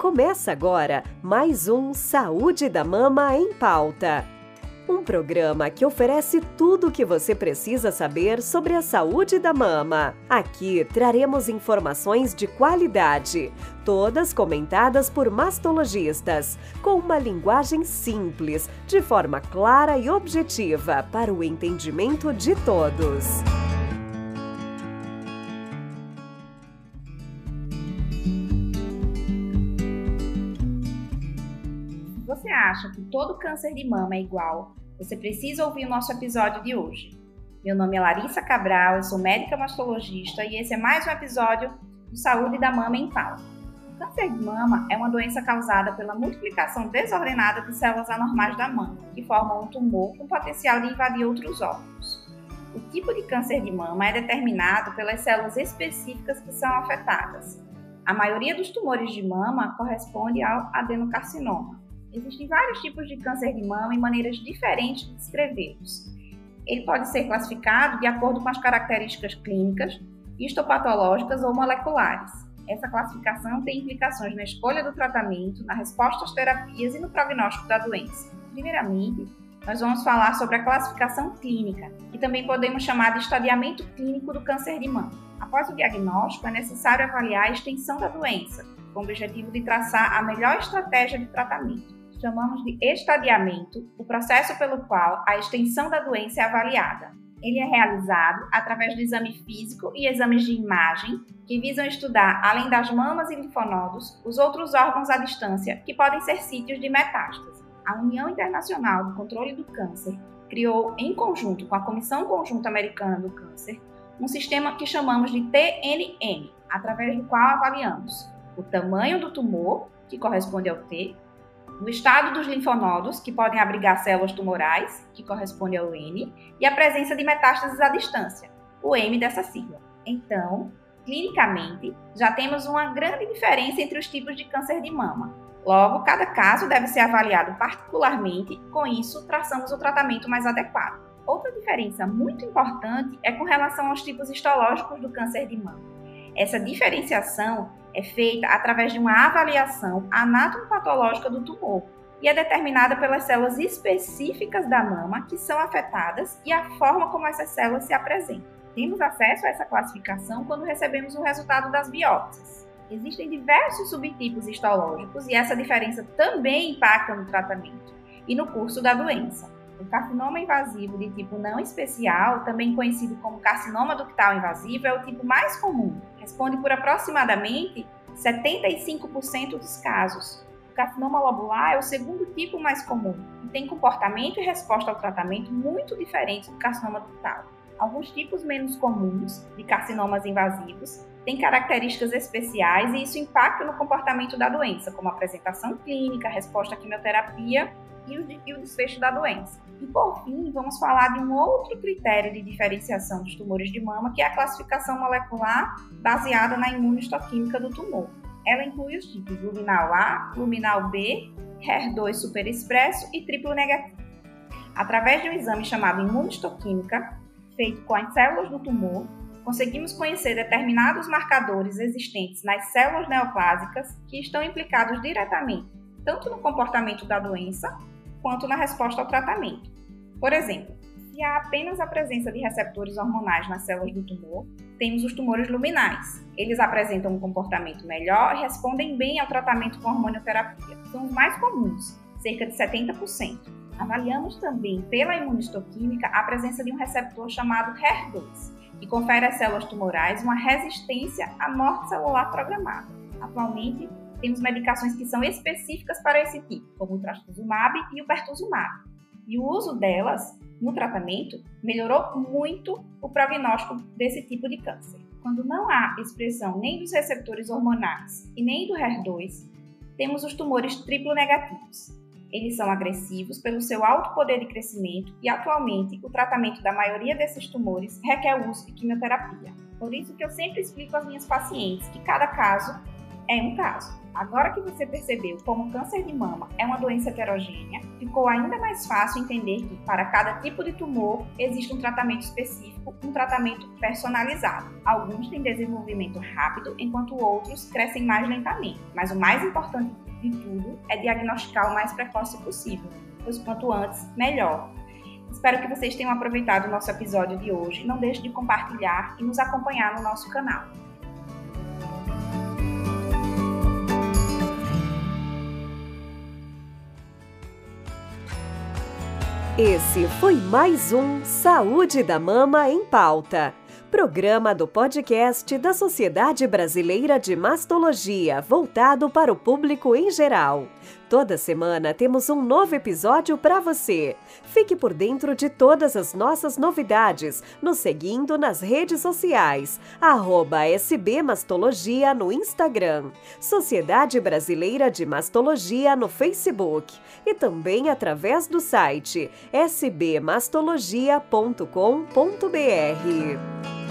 Começa agora mais um Saúde da Mama em Pauta. Um programa que oferece tudo o que você precisa saber sobre a saúde da mama. Aqui traremos informações de qualidade, todas comentadas por mastologistas, com uma linguagem simples, de forma clara e objetiva, para o entendimento de todos. Você acha que todo câncer de mama é igual? Você precisa ouvir o nosso episódio de hoje. Meu nome é Larissa Cabral, eu sou médica mastologista e esse é mais um episódio do Saúde da Mama em Pauta. O câncer de mama é uma doença causada pela multiplicação desordenada de células anormais da mama, que formam um tumor com potencial de invadir outros órgãos. O tipo de câncer de mama é determinado pelas células específicas que são afetadas. A maioria dos tumores de mama corresponde ao adenocarcinoma. Existem vários tipos de câncer de mama e maneiras diferentes de descrevê-los. Ele pode ser classificado de acordo com as características clínicas, histopatológicas ou moleculares. Essa classificação tem implicações na escolha do tratamento, na resposta às terapias e no prognóstico da doença. Primeiramente, nós vamos falar sobre a classificação clínica, que também podemos chamar de estadiamento clínico do câncer de mama. Após o diagnóstico, é necessário avaliar a extensão da doença, com o objetivo de traçar a melhor estratégia de tratamento. Chamamos de estadiamento o processo pelo qual a extensão da doença é avaliada. Ele é realizado através do exame físico e exames de imagem, que visam estudar, além das mamas e linfonodos, os outros órgãos à distância, que podem ser sítios de metástase. A União Internacional do Controle do Câncer criou, em conjunto com a Comissão Conjunta Americana do Câncer, um sistema que chamamos de TNM, através do qual avaliamos o tamanho do tumor, que corresponde ao T, o estado dos linfonodos, que podem abrigar células tumorais, que corresponde ao N, e a presença de metástases à distância, o M dessa sigla. Então, clinicamente, já temos uma grande diferença entre os tipos de câncer de mama. Logo, cada caso deve ser avaliado particularmente, com isso, traçamos o tratamento mais adequado. Outra diferença muito importante é com relação aos tipos histológicos do câncer de mama. Essa diferenciação é feita através de uma avaliação anatomopatológica do tumor e é determinada pelas células específicas da mama que são afetadas e a forma como essas células se apresentam. Temos acesso a essa classificação quando recebemos o resultado das biópsias. Existem diversos subtipos histológicos e essa diferença também impacta no tratamento e no curso da doença. O carcinoma invasivo de tipo não especial, também conhecido como carcinoma ductal invasivo, é o tipo mais comum. Responde por aproximadamente 75% dos casos. O carcinoma lobular é o segundo tipo mais comum e tem comportamento e resposta ao tratamento muito diferentes do carcinoma ductal. Alguns tipos menos comuns de carcinomas invasivos têm características especiais e isso impacta no comportamento da doença, como a apresentação clínica, a resposta à quimioterapia e o desfecho da doença. E por fim, vamos falar de um outro critério de diferenciação dos tumores de mama, que é a classificação molecular baseada na imunohistoquímica do tumor. Ela inclui os tipos luminal A, luminal B, HER2 superexpresso e triplo negativo. Através de um exame chamado imunohistoquímica, feito com as células do tumor, conseguimos conhecer determinados marcadores existentes nas células neoplásicas que estão implicados diretamente tanto no comportamento da doença, quanto na resposta ao tratamento. Por exemplo, se há apenas a presença de receptores hormonais nas células do tumor, temos os tumores luminais. Eles apresentam um comportamento melhor e respondem bem ao tratamento com hormonioterapia. São os mais comuns, cerca de 70%. Avaliamos também pela imunohistoquímica a presença de um receptor chamado HER2, que confere às células tumorais uma resistência à morte celular programada. Atualmente, temos medicações que são específicas para esse tipo, como o trastuzumab e o pertuzumab. E o uso delas no tratamento melhorou muito o prognóstico desse tipo de câncer. Quando não há expressão nem dos receptores hormonais e nem do HER2, temos os tumores triplo negativos. Eles são agressivos pelo seu alto poder de crescimento e, atualmente, o tratamento da maioria desses tumores requer o uso de quimioterapia. Por isso que eu sempre explico às minhas pacientes que cada caso é um caso. Agora que você percebeu como o câncer de mama é uma doença heterogênea, ficou ainda mais fácil entender que, para cada tipo de tumor, existe um tratamento específico, um tratamento personalizado. Alguns têm desenvolvimento rápido, enquanto outros crescem mais lentamente. Mas o mais importante de tudo é diagnosticar o mais precoce possível, pois quanto antes, melhor. Espero que vocês tenham aproveitado o nosso episódio de hoje. Não deixe de compartilhar e nos acompanhar no nosso canal. Esse foi mais um Saúde da Mama em Pauta, programa do podcast da Sociedade Brasileira de Mastologia, voltado para o público em geral. Toda semana temos um novo episódio para você. Fique por dentro de todas as nossas novidades, nos seguindo nas redes sociais, @SBMastologia no Instagram, Sociedade Brasileira de Mastologia no Facebook e também através do site sbmastologia.com.br.